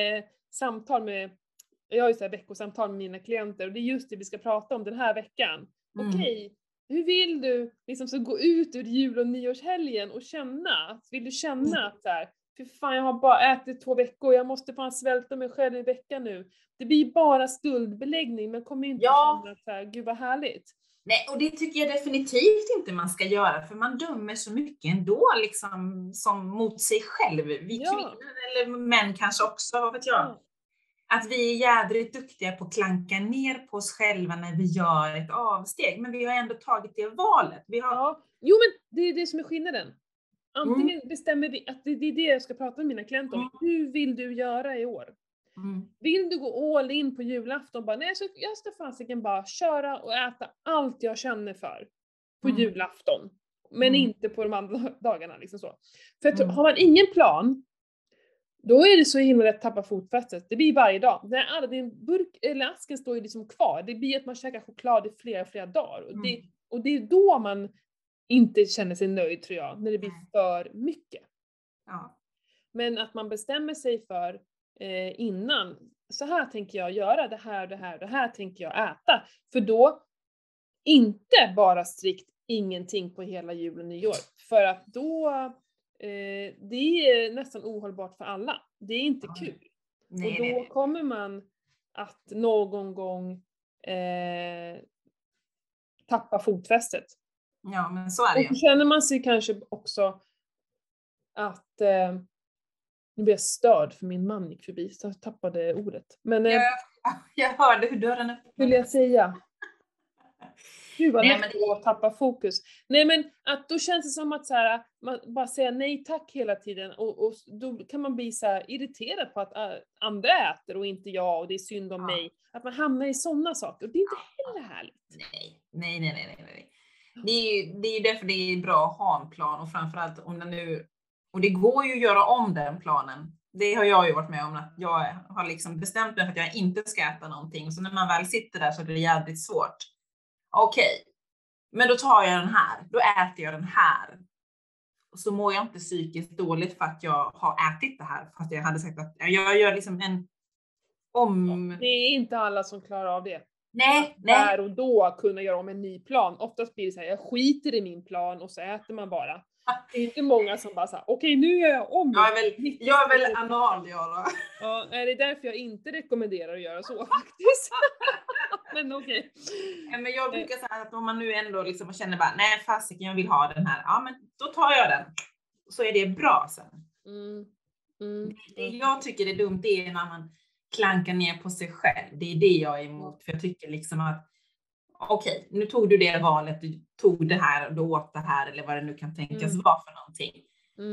veckosamtal med mina klienter och det är just det vi ska prata om den här veckan. Okej, hur vill du liksom så gå ut ur jul- och nyårshelgen och känna? Vill du känna att så här, för fan jag har bara ätit 2 veckor, jag måste fan svälta mig själv i veckan nu. Det blir bara skuldbeläggning, men kommer inte känna att så här, gud vad härligt. Nej, och det tycker jag definitivt inte man ska göra, för man dömer så mycket ändå liksom som mot sig själv. Vi kvinnor eller män kanske också, vad vet jag. Ja. Att vi är jädrigt duktiga på att klanka ner på oss själva när vi gör ett avsteg, men vi har ändå tagit det valet. Ja, jo men det är det som är skillnaden. Antingen bestämmer vi att det är det jag ska prata med mina klienter om. Hur vill du göra i år? Vill du gå all in på julafton? Bara, nej, så jag ska fasiken bara köra och äta allt jag känner för på julafton. Men inte på de andra dagarna. Liksom så. För att har man ingen plan, då är det så himla lätt att tappa fotfästet. Det blir varje dag. När din burk eller asken står ju liksom kvar. Det blir att man käkar choklad i flera dagar. Och det är då man inte känner sig nöjd, tror jag. När det blir för mycket. Ja. Men att man bestämmer sig för innan, så här tänker jag göra, det här tänker jag äta. För då, inte bara strikt ingenting på hela jul och nyår. För att då, det är nästan ohållbart för alla. Det är inte kul. Nej, och då kommer man att någon gång tappa fotfästet. Ja, men så är det ju. Och så känner man sig kanske också att nu blir jag störd för min man gick förbi, så jag tappade ordet. Men jag hörde hur dörren öppnade. Vill jag säga. Gud vad lätt att tappa fokus. Nej, men att då känns det som att så här, man bara säger nej tack hela tiden. Och då kan man bli så här irriterad på att andra äter och inte jag, och det är synd om mig. Att man hamnar i sådana saker. Och det är inte heller härligt. Nej. Det är ju därför det är bra att ha en plan, och framförallt om den nu, och det går ju att göra om den planen. Det har jag ju varit med om, att jag har liksom bestämt mig för att jag inte ska äta någonting, och så när man väl sitter där så är det jävligt svårt. Okej, men då tar jag den här, då äter jag den här. Och så mår jag inte psykiskt dåligt för att jag har ätit det här, för att jag hade sagt att jag gör liksom en om... Det är inte alla som klarar av det. Nej. Där och då kunna göra om en ny plan. Oftast blir det så här, jag skiter i min plan och så äter man bara. Det är inte många som bara säger, okej, nu gör jag om. Jag är väl anal, jag då. Ja, det är därför jag inte rekommenderar att göra så faktiskt. Men okej. Men jag brukar säga att om man nu ändå liksom känner bara, nej fasiken, jag vill ha den här. Ja, men då tar jag den. Så är det bra sen. Det jag tycker är dumt, det är när man klankar ner på sig själv. Det är det jag är emot. För jag tycker liksom att okej, nu tog du det valet, du tog det här och du åt det här, eller vad det nu kan tänkas vara för någonting.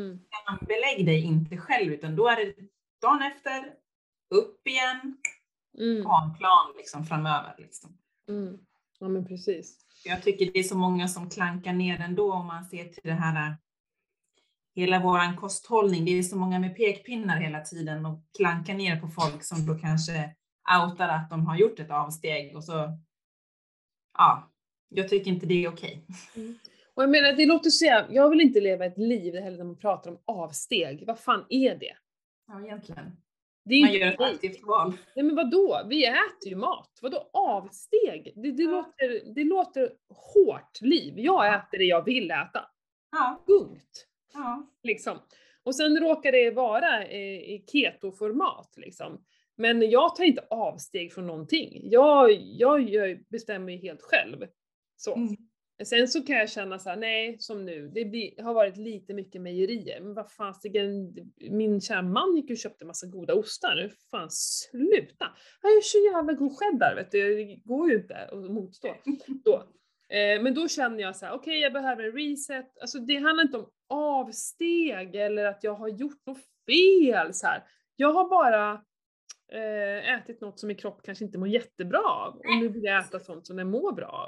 Belägg dig inte själv, utan då är det dagen efter, upp igen, ha en plan liksom framöver. Liksom. Ja, men precis. Jag tycker det är så många som klankar ner ändå om man ser till det här, hela våran kosthållning. Det är så många med pekpinnar hela tiden och klankar ner på folk som då kanske outar att de har gjort ett avsteg och så, ja, jag tycker inte det är okej. Och jag menar, det låter så jag vill inte leva ett liv heller när man pratar om avsteg. Vad fan är det? Ja, egentligen. Det är man gör ett aktivt val. Nej men vadå? Vi äter ju mat. Vadå avsteg? Det låter hårt liv. Jag äter det jag vill äta. Ja. Punkt. Ja. Liksom. Och sen råkar det vara i keto-format liksom. Men jag tar inte avsteg från någonting. Jag bestämmer ju helt själv. Så. Sen så kan jag känna så här, nej som nu, har varit lite mycket mejerier. Men vad fan, min kära man gick och köpte massa goda ostar. Nu fan sluta. Han är så jävla god cheddar, vet du. Det går ju inte att motstå. Då. Men då känner jag så här, okej, jag behöver en reset. Alltså det handlar inte om avsteg eller att jag har gjort något fel så här. Jag har bara ätit något som min kropp kanske inte mår jättebra av. Och nu vill jag äta sånt som den mår bra av.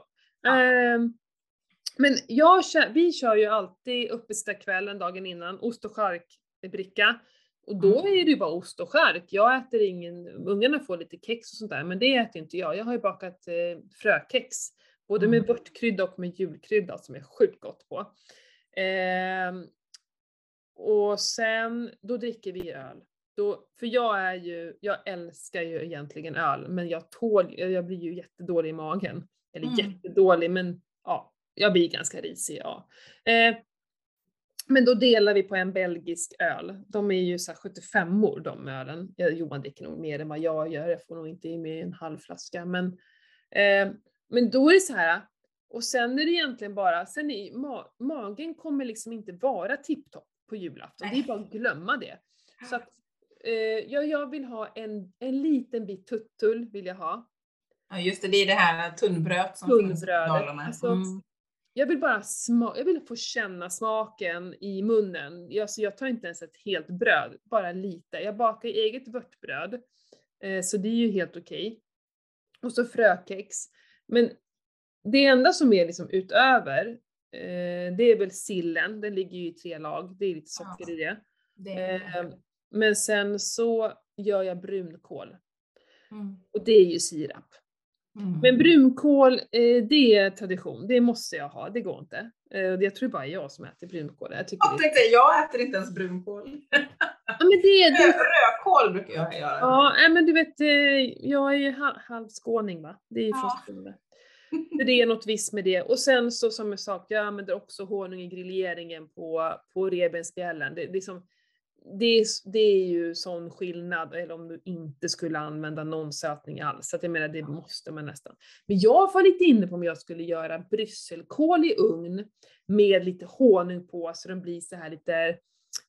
Men vi kör ju alltid uppesittarkvällen dagen innan, ost och charkbricka. Och då är det ju bara ost och chark. Jag äter ungarna får lite kex och sånt där, men det äter inte jag. Jag har ju bakat frökex, både med vörtkrydda och med julkrydda som är sjukt gott på. Och sen, då dricker vi öl. För jag älskar ju egentligen öl, men jag blir ju jättedålig i magen. Eller jättedålig, men ja, jag blir ganska risig, ja. Men då delar vi på en belgisk öl. De är ju så här 75-or de ölen. Johan dricker nog mer än vad jag gör. Jag får nog inte i mig en halv flaska. Men då är det så här. Och sen är det egentligen bara, magen kommer liksom inte vara tipptopp på julafton. Det är bara att glömma det. Så att jag vill ha en liten bit tuttull vill jag ha. Ja just det, det är det här tunnbröd som finns i Dalarna. Alltså, jag vill bara jag vill få känna smaken i munnen. Jag tar inte ens ett helt bröd, bara lite. Jag bakar eget vörtbröd, så det är ju helt okej. Och så frökex. Men det enda som är liksom utöver, det är väl sillen. Den ligger ju i 3 lag, det är lite socker i det. Men sen så gör jag brunkål. Och det är ju sirap. Men brunkål, det är tradition. Det måste jag ha, det går inte. Jag tror bara jag som äter brunkål. Jag äter inte ens brunkål. Ja, men rödkål brukar jag göra. Ja, men du vet, jag är ju halvskåning va. Det är ju förstående. Det är något visst med det. Och sen så som jag sa, jag använder också honung i grilleringen på revbensspjällen. Det är ju sån skillnad, eller om du inte skulle använda någon sötning alls. Så att jag menar, det måste man nästan. Men jag var lite inne på om jag skulle göra brysselkål i ugn med lite honung på, så den blir så här lite,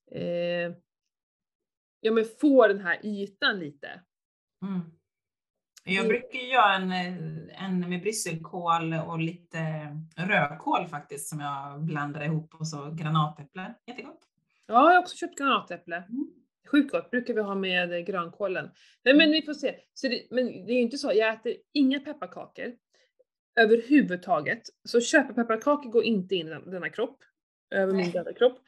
men får den här ytan lite. Jag brukar göra en med brysselkål och lite rödkål faktiskt, som jag blandar ihop, och så granatäpple. Jättegott. Ja, jag har också köpt granatäpple. Sjukt gott brukar vi ha med grönkålen. Men vi får se. Men det är ju inte så, jag äter inga pepparkakor överhuvudtaget. Så köpa pepparkakor går inte in i denna kropp. Över min döda kropp.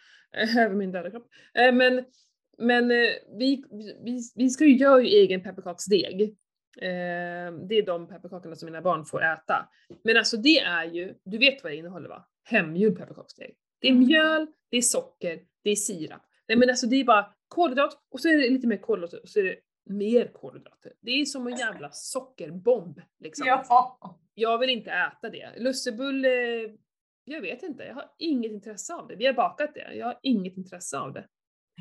Men vi ska ju göra egen pepparkaksdeg. Det är de pepparkakorna som mina barn får äta. Men alltså det är ju, du vet vad det innehåller va? Hemgjord pepparkaksdeg. Det är mjöl, det är socker, det är sirap. Nej men alltså det är bara kolhydrat och så är det lite mer kolhydrater och så är det mer kolhydrater. Det är som en jävla sockerbomb liksom. Ja. Jag vill inte äta det. Lussebulle, jag vet inte. Jag har inget intresse av det. Vi har bakat det. Jag har inget intresse av det.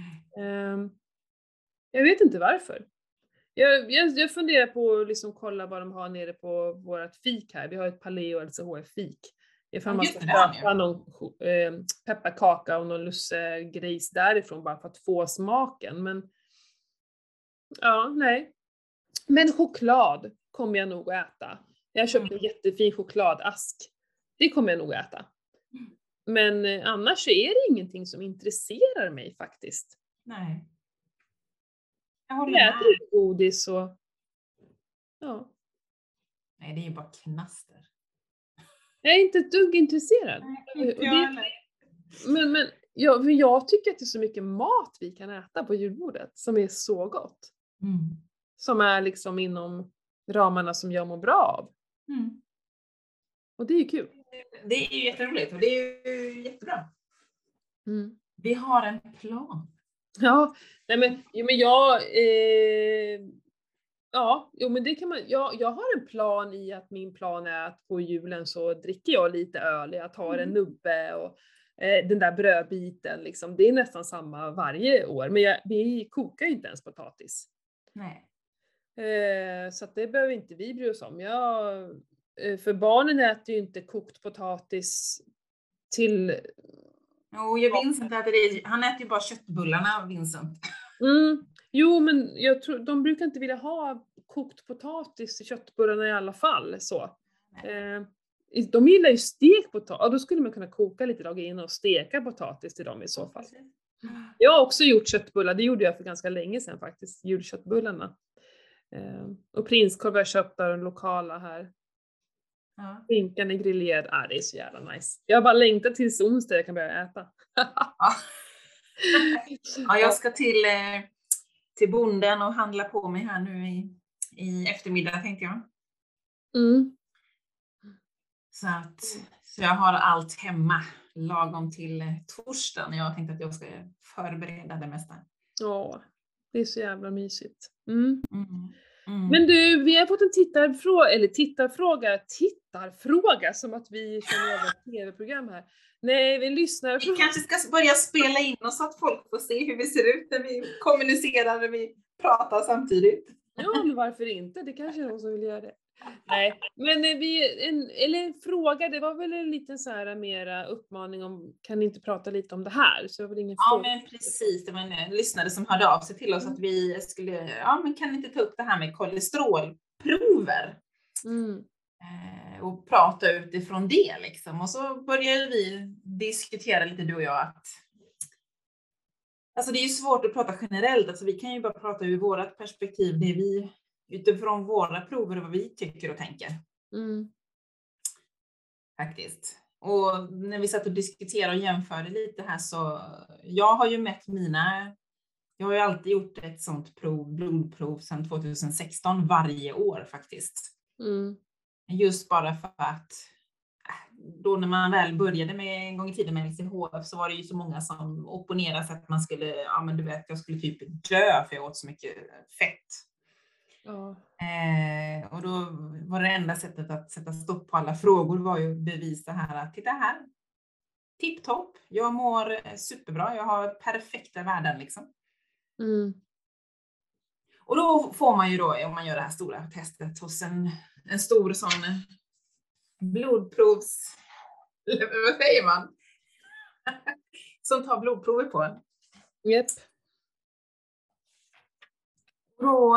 Jag vet inte varför. Jag funderar på att liksom kolla vad de har nere på vårt fik här. Vi har ett Paleo LCHF-fik. Ifall man ska köpa någon pepparkaka och någon lussegrejs därifrån bara för att få smaken. Men ja, nej. Men choklad kommer jag nog att äta. Jag köpte en jättefin chokladask. Det kommer jag nog att äta. Men annars är det ingenting som intresserar mig faktiskt. Nej. Jag äter godis och Ja. Nej, det är ju bara knaster. Jag är inte ett dugg intresserad. Inte jag heller. Men jag tycker att det är så mycket mat vi kan äta på julbordet som är så gott. Mm. Som är liksom inom ramarna som jag mår bra av. Mm. Och det är ju kul. Det är ju jätteroligt och det är ju jättebra. Mm. Vi har en plan. Ja, nej men men det kan man, jag har en plan i att min plan är att på julen så dricker jag lite öl, jag tar en nubbe och den där brödbiten liksom, det är nästan samma varje år, men vi kokar ju inte ens potatis. Nej. Så att det behöver inte vi bry oss om. För barnen äter ju inte kokt potatis till... Jo, Vincent äter det. Han äter ju bara köttbullarna, Vincent. Jo, men jag tror de brukar inte vilja ha kokt potatis i köttbullarna i alla fall. Så. De gillar ju stekt potatis. Ja, då skulle man kunna koka lite dagar innan och steka potatis till dem i så fall. Jag har också gjort köttbullar. Det gjorde jag för ganska länge sedan faktiskt. Julköttbullarna. Och prinskorv har jag köpt där den lokala här. Ja. Skinkan är grillerad. Det är så jävla nice. Jag har bara längtat tills onsdag jag kan börja äta. Ja, jag ska till bonden och handla på mig här nu i eftermiddag tänkte jag. Mm. Så jag har allt hemma lagom till torsdagen. Jag tänkte att jag ska förbereda det mesta. Ja, det är så jävla mysigt. Mm. Mm. Men du, vi har fått en tittarfråga som att vi känner över ett tv-program här. Nej, vi lyssnar. Vi kanske ska börja spela in oss så att folk får se hur vi ser ut när vi kommunicerar, när vi pratar samtidigt. Ja, men varför inte? Det kanske är någon som vill göra det. Nej, men en fråga, det var väl en liten så här mera uppmaning om, kan ni inte prata lite om det här? Så det var väl ingen fråga. Men precis, det var en lyssnare som hörde av sig till oss att vi skulle, men kan ni inte ta upp det här med kolesterolprover? Och prata utifrån det liksom. Och så började vi diskutera lite, du och jag, att alltså det är ju svårt att prata generellt, alltså vi kan ju bara prata ur vårat perspektiv, det vi utifrån våra prover och vad vi tycker och tänker. Faktiskt. Och när vi satt och diskuterade och jämförde lite här så, jag har ju mätt jag har ju alltid gjort ett sånt blodprov sedan 2016 varje år faktiskt. Just bara för att då när man väl började med en gång i tiden med LCHF så var det ju så många som opponerade sig att man skulle, men du vet, jag skulle typ dö för jag åt så mycket fett. Och då var det enda sättet att sätta stopp på alla frågor var ju att bevisa här att titta här, tipptopp, jag mår superbra, jag har perfekta värden liksom. Och då får man ju då, om man gör det här stora testet hos en stor sån blodprovs, vad säger man? Som tar blodprover på en. Japp. Då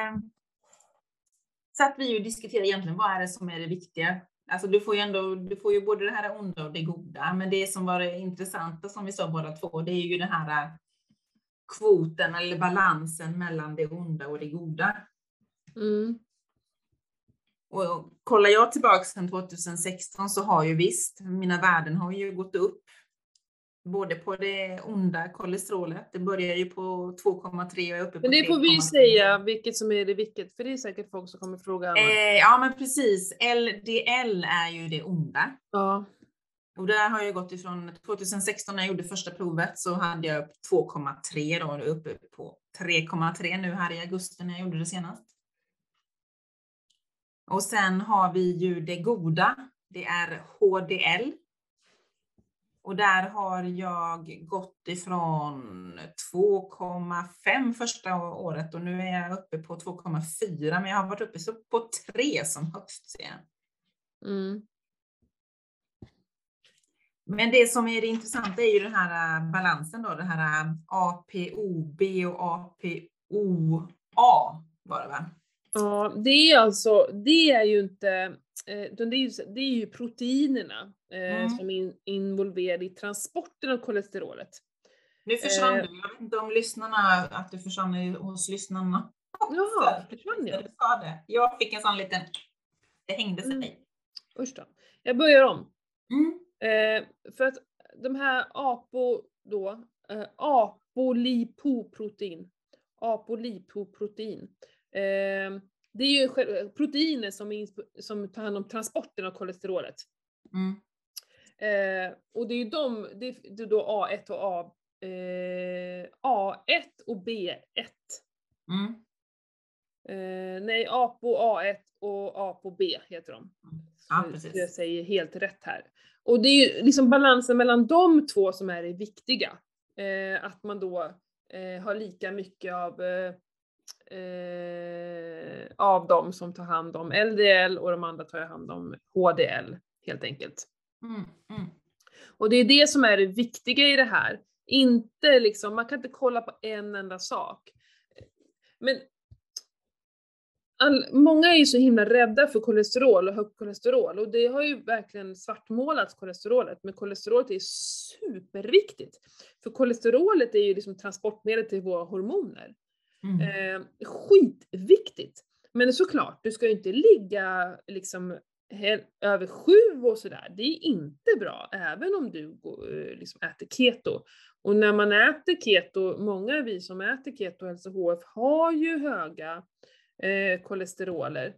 så att vi ju diskuterar egentligen vad är det som är det viktiga. Alltså du får ju både det här onda och det goda, men det som var det intressanta som vi sa båda två, det är ju den här kvoten eller balansen mellan det onda och det goda. Och kollar jag tillbaka sedan 2016 så har ju visst, mina värden har ju gått upp. Både på det onda kolesterolet, det börjar ju på 2,3 och är uppe på 3,3. Men det får vi ju säga, vilket som är det vilket, för det är säkert folk som kommer fråga. Ja men precis, LDL är ju det onda. Ja. Och där har jag gått ifrån 2016 när jag gjorde första provet så hade jag upp 2,3 då, uppe på 3,3 nu här i augusti när jag gjorde det senast. Och sen har vi ju det goda, det är HDL. Och där har jag gått ifrån 2,5 första året och nu är jag uppe på 2,4 men jag har varit uppe så på 3 som högst sen. Men det som är det intressanta är ju den här balansen då, den här APOB och APOA var det va? Ja, det är alltså, det är ju inte, det är ju proteinerna som är involverade i transporten av kolesterolet. Nu försvann du, jag vet inte om lyssnarna, att du försvann hos lyssnarna. Jaha, försvann jag? Du sa det. Jag fick en sån liten, det hängde sig. Usch då. Jag börjar om. Mm. För att de här apolipoprotein. Det är ju proteiner som tar hand om transporten av kolesterolet. Mm. Och det är ju det är då A1 och A1 och B1. Mm. Nej, APO A1 och APO B heter de. Ja, Så precis. jag säger helt rätt här. Och det är ju liksom balansen mellan de två som är det viktiga. Att man då har lika mycket av dem som tar hand om LDL och de andra tar hand om HDL helt enkelt. Mm. Mm. Och det är det som är det viktiga i det här. Inte liksom, man kan inte kolla på en enda sak. Men många är ju så himla rädda för kolesterol och högt kolesterol. Och det har ju verkligen svartmålats kolesterolet. Men kolesterolet är superviktigt. För kolesterolet är ju liksom transportmedel till våra hormoner. Skitviktigt. Men såklart, du ska ju inte ligga liksom över 7 och sådär. Det är inte bra, även om du liksom äter keto. Och när man äter keto, många av vi som äter keto och LCHF har ju höga kolesteroler.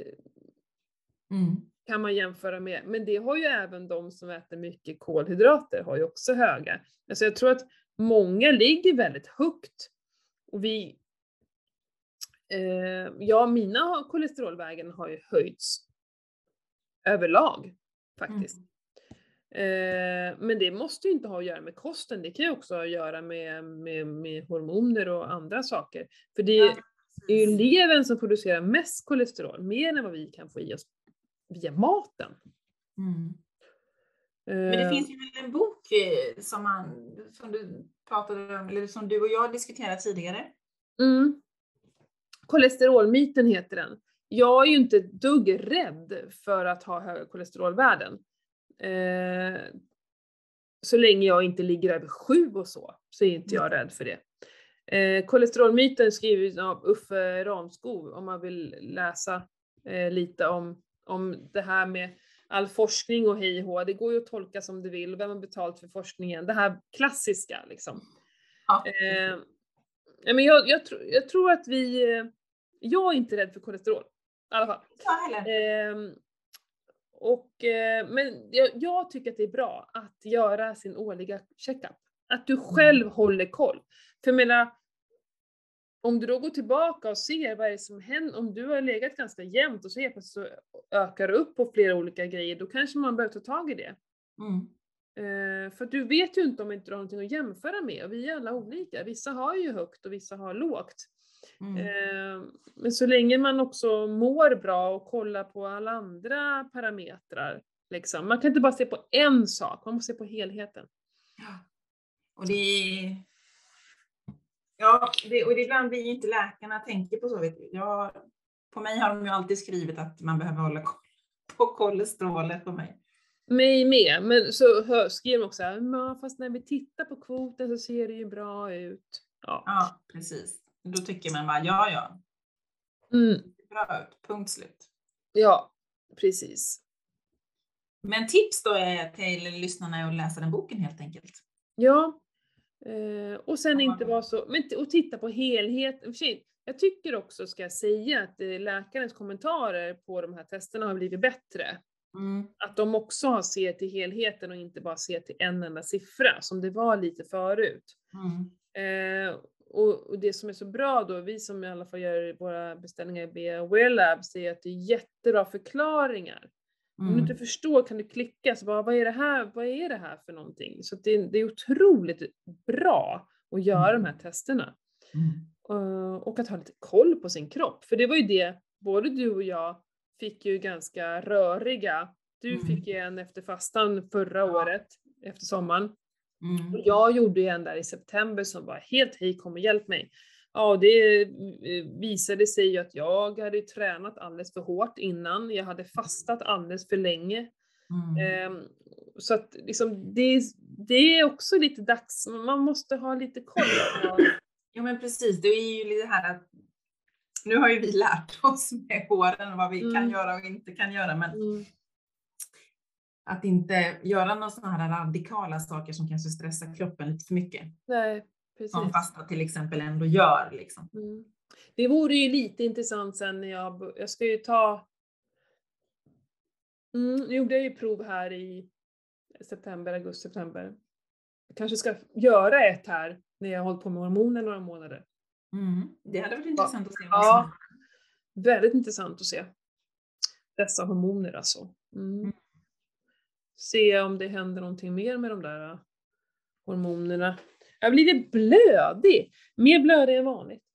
Kan man jämföra med. Men det har ju även de som äter mycket kolhydrater, har ju också höga. Alltså jag tror att många ligger väldigt högt. Och mina kolesterolvärden har ju höjts överlag faktiskt. Men det måste ju inte ha att göra med kosten. Det kan ju också ha att göra med hormoner och andra saker. För det är ju levern som producerar mest kolesterol. Mer än vad vi kan få i oss via maten. Men det finns ju en bok som du pratade om, eller som du och jag diskuterade tidigare. Kolesterolmyten heter den. Jag är ju inte dugg rädd för att ha höga kolesterolvärden. Så länge jag inte ligger över 7 och så är inte jag rädd för det. Kolesterolmyten skrivs av Uffe Ramskog om man vill läsa lite om det här med all forskning och hej och hå. Det går ju att tolka som du vill. Vem har betalt för forskningen? Det här klassiska liksom. Ja. Men jag tror att jag är inte rädd för kolesterol. I alla fall. Men jag tycker att det är bra att göra sin årliga checkup. Att du själv håller koll. För jag menar, om du då går tillbaka och ser vad är det som händer, om du har legat ganska jämnt och så helt plötsligt så ökar det upp på flera olika grejer, då kanske man behöver ta tag i det. För du vet ju inte om inte du har någonting att jämföra med, och vi är alla olika. Vissa har ju högt och vissa har lågt. Men så länge man också mår bra och kollar på alla andra parametrar. Liksom. Man kan inte bara se på en sak, man måste se på helheten. Och och ibland blir inte läkarna tänker på så. Vet du. På mig har de ju alltid skrivit att man behöver hålla koll på kolesterolet på mig. Mig med, men så skriver de också här, fast när vi tittar på kvoten så ser det ju bra ut. Ja, precis. Då tycker man bara, bra ut, punkt slut. Ja, precis. Men tips då är till lyssnarna att läsa den boken helt enkelt. Ja, och sen inte vara så, och titta på helheten. Jag tycker också, ska jag säga, att läkarens kommentarer på de här testerna har blivit bättre. Att de också ser till helheten och inte bara ser till en enda siffra, som det var lite förut. Och det som är så bra då, vi som i alla fall gör våra beställningar i Aware Labs, är att det är jättebra förklaringar. Om du inte förstår kan du klicka, så bara, vad är det här för någonting? Så det är otroligt bra att göra de här testerna. Och att ha lite koll på sin kropp. För det var ju det, både du och jag fick ju ganska röriga. Du fick ju en efter fastan förra året, efter sommaren. Och jag gjorde ju en där i september som var helt, hej kom och hjälp mig. Ja, det visade sig ju att jag hade tränat alldeles för hårt innan. Jag hade fastat alldeles för länge. Så att liksom, det är också lite dags. Man måste ha lite koll på. Ja, men precis. Det är ju lite här att Nu har ju vi lärt oss med åren vad vi kan göra och inte kan göra. Men att inte göra några sådana här radikala saker som kanske stressar kroppen lite för mycket. Nej, precis. Som fasta till exempel ändå gör. Liksom. Det vore ju lite intressant sen när jag ska ju ta... Nu gjorde jag ju prov här i augusti-september. Jag kanske ska göra ett här när jag har hållit på med hormoner några månader. Det hade varit intressant att se. Ja, väldigt intressant att se. Dessa hormoner alltså. Se om det händer någonting mer med de där hormonerna. Jag blir lite blödig. Mer blödig än vanligt.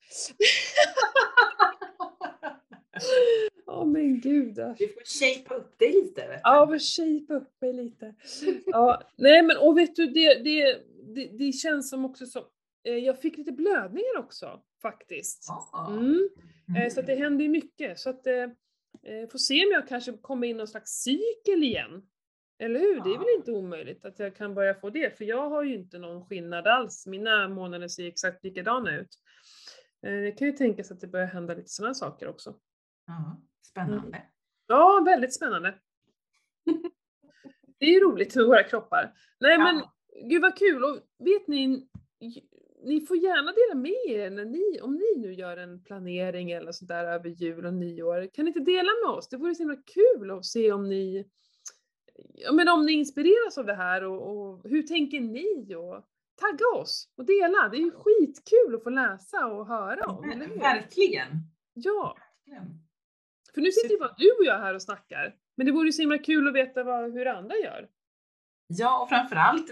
Men gud. Du får shape upp dig lite. Vet du? Ja, får shape upp mig lite. Ja, nej men och vet du, det känns som också så. Jag fick lite blödningar också faktiskt. Så att det händer ju mycket. Så att får se om jag kanske kommer in någon slags cykel igen. Eller hur? Det är väl inte omöjligt att jag kan börja få det. För jag har ju inte någon skillnad alls. Mina månader ser exakt likadana ut. Det kan ju tänkas att det börjar hända lite sådana saker också. Ja, spännande. Ja, väldigt spännande. Det är ju roligt med våra kroppar. Nej men, gud vad kul. Och vet ni får gärna dela med er om ni nu gör en planering eller sånt där över jul och nyår. Kan ni inte dela med oss? Det vore så himla kul att se om ni inspireras av det här och hur tänker ni och tagga oss och dela. Det är ju skitkul att få läsa och höra om. Eller hur? Verkligen. Ja. Verkligen. För nu sitter ju bara du och jag här och snackar. Men det vore ju så himla kul att veta hur andra gör. Ja, och framförallt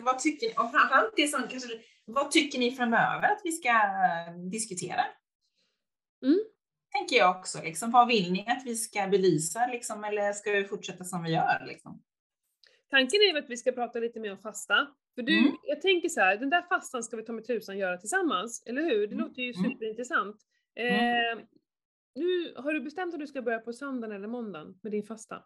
vad tycker ni framöver att vi ska diskutera? Tänker jag också. Liksom, vad vill ni att vi ska belysa? Liksom, eller ska vi fortsätta som vi gör? Liksom? Tanken är att vi ska prata lite mer om fasta. För jag tänker så här, den där fastan ska vi ta med tusan göra tillsammans. Eller hur? Det låter ju superintressant. Nu har du bestämt att du ska börja på söndagen eller måndagen med din fasta?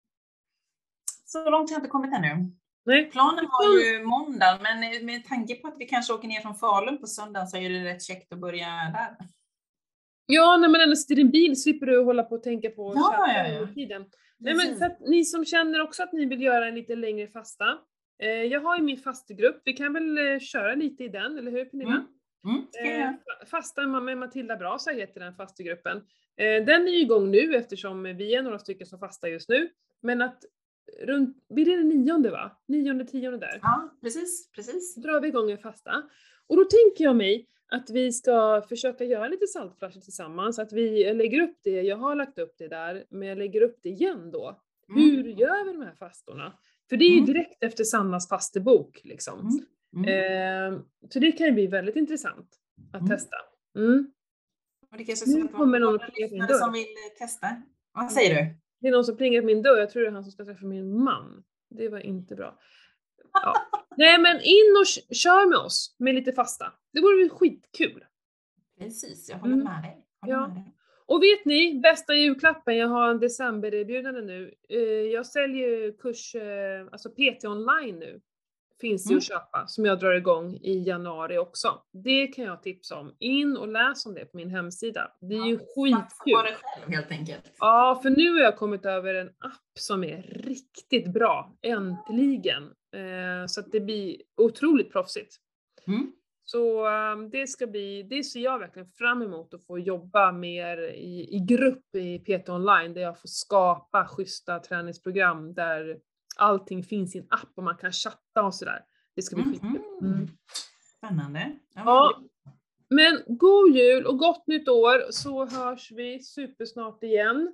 Så långt har jag inte kommit ännu. Nej. Planen var ju måndag, men med tanke på att vi kanske åker ner från Falun på söndagen så är det rätt käckt att börja där. Ja, när man ändå sitter i en bil slipper du hålla på och tänka på tiden. Nej, men så att ni som känner också att ni vill göra en lite längre fasta. Jag har ju min fastegrupp. Vi kan väl köra lite i den, eller hur Pernilla? Fasta med Matilda Brasa heter den fastegruppen. Den är ju igång nu eftersom vi är några stycken som fastar just nu. Men att blir det 9:e va? 9:e, 10:e där. Ja, precis. Då drar vi igång en fasta. Och då tänker jag mig att vi ska försöka göra lite saltflasher tillsammans. Att vi lägger upp det, jag har lagt upp det där, men jag lägger upp det igen då. Hur gör vi de här fastorna? För det är ju direkt efter Sannas fastebok liksom. Så det kan ju bli väldigt intressant att testa. Och det kanske nu kommer någon som vill testa. Vad säger du? Det är någon som plingar på min dörr. Jag tror det är han som ska träffa min man. Det var inte bra. Ja. Nej men in och kör med oss med lite fasta. Det vore ju skitkul. Precis, jag håller med dig. Och vet ni, bästa julklappen, jag har en decembererbjudande nu. Jag säljer kurs, alltså PT online nu. Finns det att köpa, som jag drar igång i januari också. Det kan jag tipsa om. In och läs om det på min hemsida. Det är ju skitkul. Bara själv helt enkelt. Ja, för nu har jag kommit över en app som är riktigt bra. Äntligen. Så att det blir otroligt proffsigt. Så det ser jag verkligen fram emot att få jobba mer i grupp i PT online. Där jag får skapa schyssta träningsprogram där allting finns i en app och man kan chatta och sådär. Det ska bli skitkul. Spännande. Ja. Men god jul och gott nytt år, så hörs vi supersnart igen.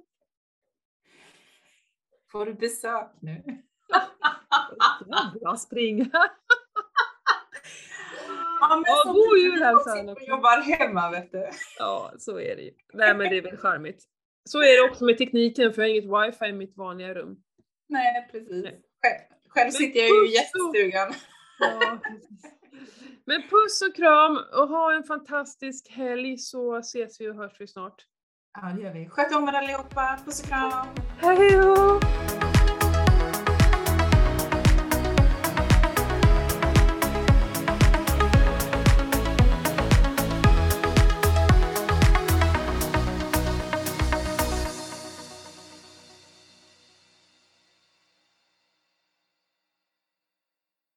Får du besök nu? Jag springer. God jul hälsan. Jag jobbar hemma, vet du. Ja, så är det ju. Nej, men det är väl charmigt. Så är det också med tekniken, för jag har inget wifi i mitt vanliga rum. Nej, precis. Själv sitter jag ju i gäststugan. Ja, men puss och kram och ha en fantastisk helg, så ses vi och hörs vi snart. Ja, det gör vi. Sköt om er allihopa. Puss och kram. Hej då!